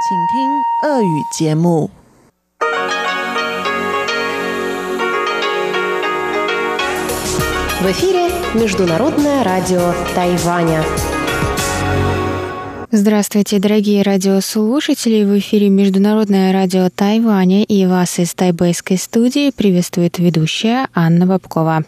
请听俄语节目。 В эфире Международное радио Тайваня. Здравствуйте, дорогие радиослушатели! В эфире Международное радио Тайваня, и вас из тайбэйской студии приветствует ведущая Анна Бабкова.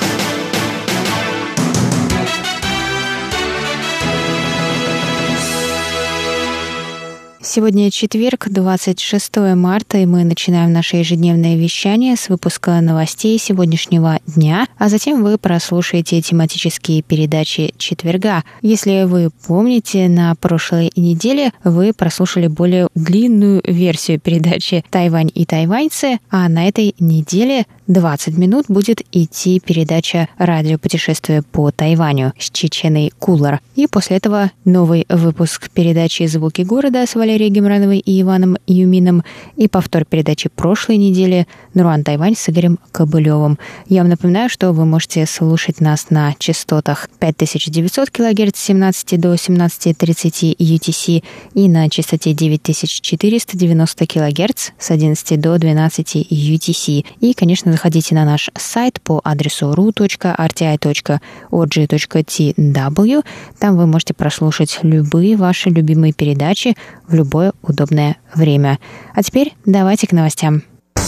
Сегодня четверг, 26 марта, и мы начинаем наше ежедневное вещание с выпуска новостей сегодняшнего дня, а затем вы прослушаете тематические передачи четверга. Если вы помните, на прошлой неделе вы прослушали более длинную версию передачи «Тайвань и тайваньцы», а на этой неделе 20 минут будет идти передача «Радиопутешествие по Тайваню» с Чеченой Кулар. И после этого новый выпуск передачи «Звуки города» с Валерией Гемрановой и Иваном Юмином и повтор передачи прошлой недели «Нуруан Тайвань» с Игорем Кобылевым. Я вам напоминаю, что вы можете слушать нас на частотах 5900 кГц с 17 до 17:30 UTC и на частоте 9490 кГц с 11 до 12 UTC. И, конечно, заходите на наш сайт по адресу ru.rti.org.tw. Там вы можете прослушать любые ваши любимые передачи в любое удобное время. А теперь давайте к новостям.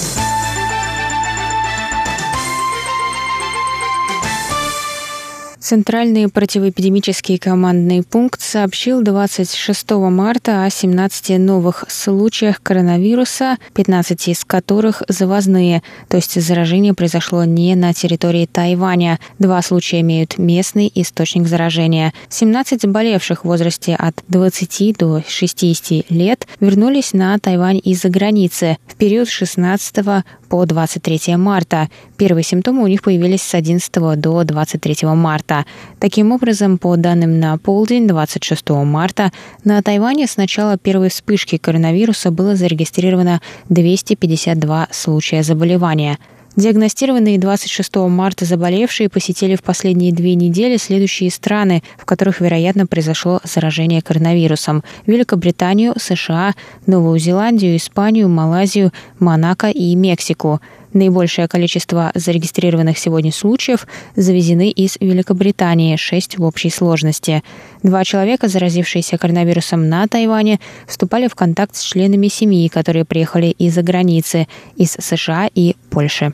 Центральный противоэпидемический командный пункт сообщил 26 марта о 17 новых случаях коронавируса, 15 из которых завозные, то есть заражение произошло не на территории Тайваня. 2 случая имеют местный источник заражения. 17 заболевших в возрасте от 20 до 60 лет вернулись на Тайвань из-за границы в период с 16 по 23 марта. Первые симптомы у них появились с 11 до 23 марта. Таким образом, по данным на полдень 26 марта, на Тайване с начала первой вспышки коронавируса было зарегистрировано 252 случая заболевания. Диагностированные 26 марта заболевшие посетили в последние 2 недели следующие страны, в которых, вероятно, произошло заражение коронавирусом: Великобританию, США, Новую Зеландию, Испанию, Малайзию, Монако и Мексику. Наибольшее количество зарегистрированных сегодня случаев завезены из Великобритании, 6 в общей сложности. 2 человека, заразившиеся коронавирусом на Тайване, вступали в контакт с членами семьи, которые приехали из-за границы, из США и Польши.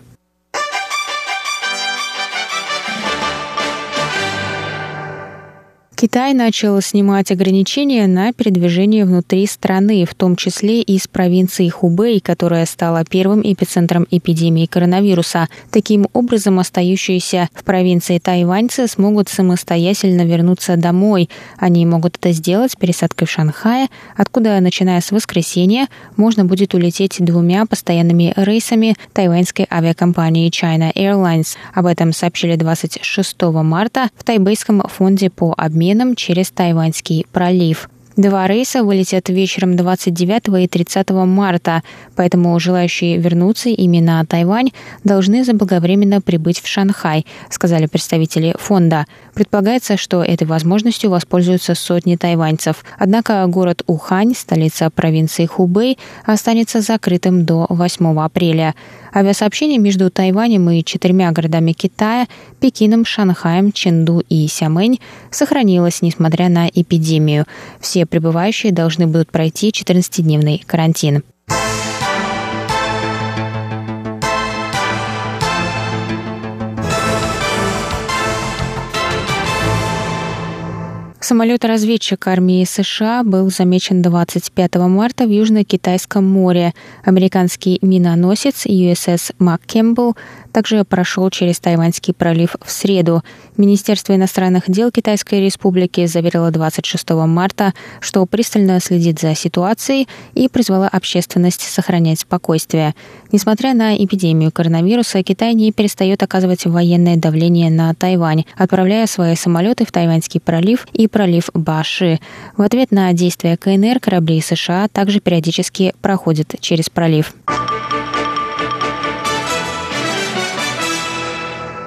Китай начал снимать ограничения на передвижение внутри страны, в том числе из провинции Хубэй, которая стала первым эпицентром эпидемии коронавируса. Таким образом, остающиеся в провинции тайваньцы смогут самостоятельно вернуться домой. Они могут это сделать с пересадкой в Шанхае, откуда, начиная с воскресенья, можно будет улететь 2 постоянными рейсами тайваньской авиакомпании China Airlines. Об этом сообщили 26 марта в Тайбэйском фонде по обмену через Тайваньский пролив. 2 рейса вылетят вечером 29 и 30 марта, поэтому желающие вернуться именно на Тайвань должны заблаговременно прибыть в Шанхай, сказали представители фонда. Предполагается, что этой возможностью воспользуются сотни тайваньцев. Однако город Ухань, столица провинции Хубэй, останется закрытым до 8 апреля. Авиасообщение между Тайванем и 4 городами Китая – Пекином, Шанхаем, Чэнду и Сямэнь – сохранилось, несмотря на эпидемию. Все прибывающие должны будут пройти 14-дневный карантин. Самолет-разведчик армии США был замечен 25 марта в Южно-Китайском море. Американский миноносец USS МакКембл также прошел через Тайваньский пролив в среду. Министерство иностранных дел Китайской Республики заверило 26 марта, что пристально следит за ситуацией и призвало общественность сохранять спокойствие. Несмотря на эпидемию коронавируса, Китай не перестает оказывать военное давление на Тайвань, отправляя свои самолеты в Тайваньский пролив и пролив Баши. В ответ на действия КНР корабли США также периодически проходят через пролив.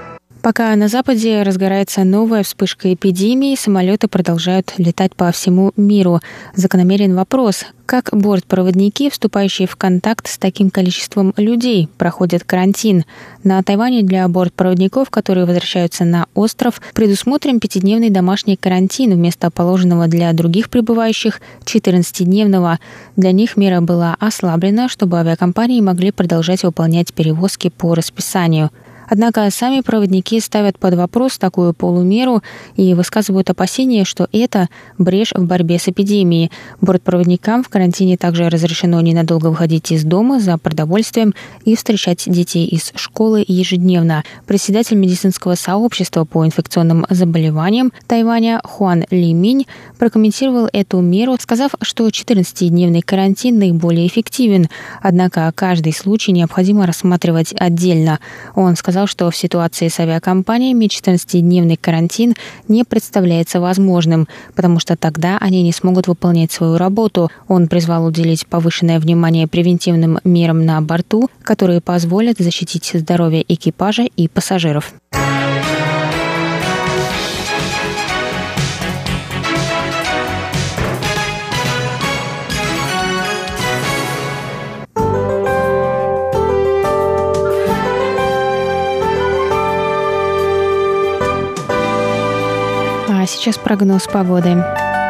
Пока на Западе разгорается новая вспышка эпидемии, самолеты продолжают летать по всему миру. Закономерен вопрос, как бортпроводники, вступающие в контакт с таким количеством людей, проходят карантин. На Тайване для бортпроводников, которые возвращаются на остров, предусмотрен 5-дневный домашний карантин вместо положенного для других прибывающих 14-дневного. Для них мера была ослаблена, чтобы авиакомпании могли продолжать выполнять перевозки по расписанию. Однако сами проводники ставят под вопрос такую полумеру и высказывают опасения, что это брешь в борьбе с эпидемией. Бортпроводникам в карантине также разрешено ненадолго выходить из дома за продовольствием и встречать детей из школы ежедневно. Председатель медицинского сообщества по инфекционным заболеваниям Тайваня Хуан Ли Минь прокомментировал эту меру, сказав, что 14-дневный карантин наиболее эффективен, однако каждый случай необходимо рассматривать отдельно. Он сказал, что в ситуации с авиакомпаниями 14-дневный карантин не представляется возможным, потому что тогда они не смогут выполнять свою работу. Он призвал уделить повышенное внимание превентивным мерам на борту, которые позволят защитить здоровье экипажа и пассажиров. А сейчас прогноз погоды.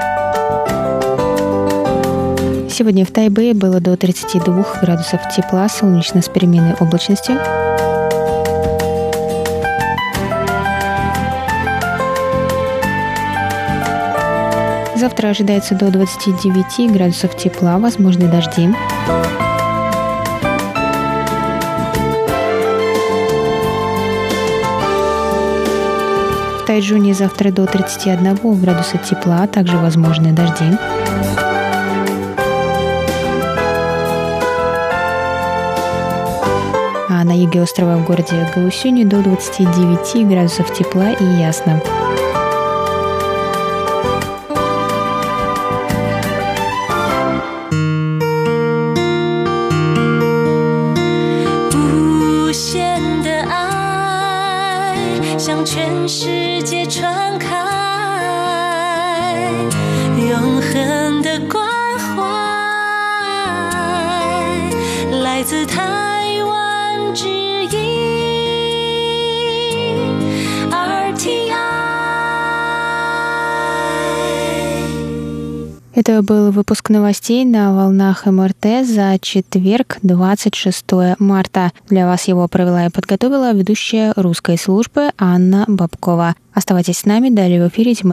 Сегодня в Тайбэе было до 32 градусов тепла, солнечно с переменной облачностью. Завтра ожидается до 29 градусов тепла, возможны дожди. В Тайчжуне завтра до 31 градуса тепла, также возможны дожди. А на юге острова в городе Гаосюни до 29 градусов тепла и ясно. Это был выпуск новостей на волнах МРТ за четверг, 26 марта. Для вас его провела и подготовила ведущая русской службы Анна Бабкова. Оставайтесь с нами, далее в эфире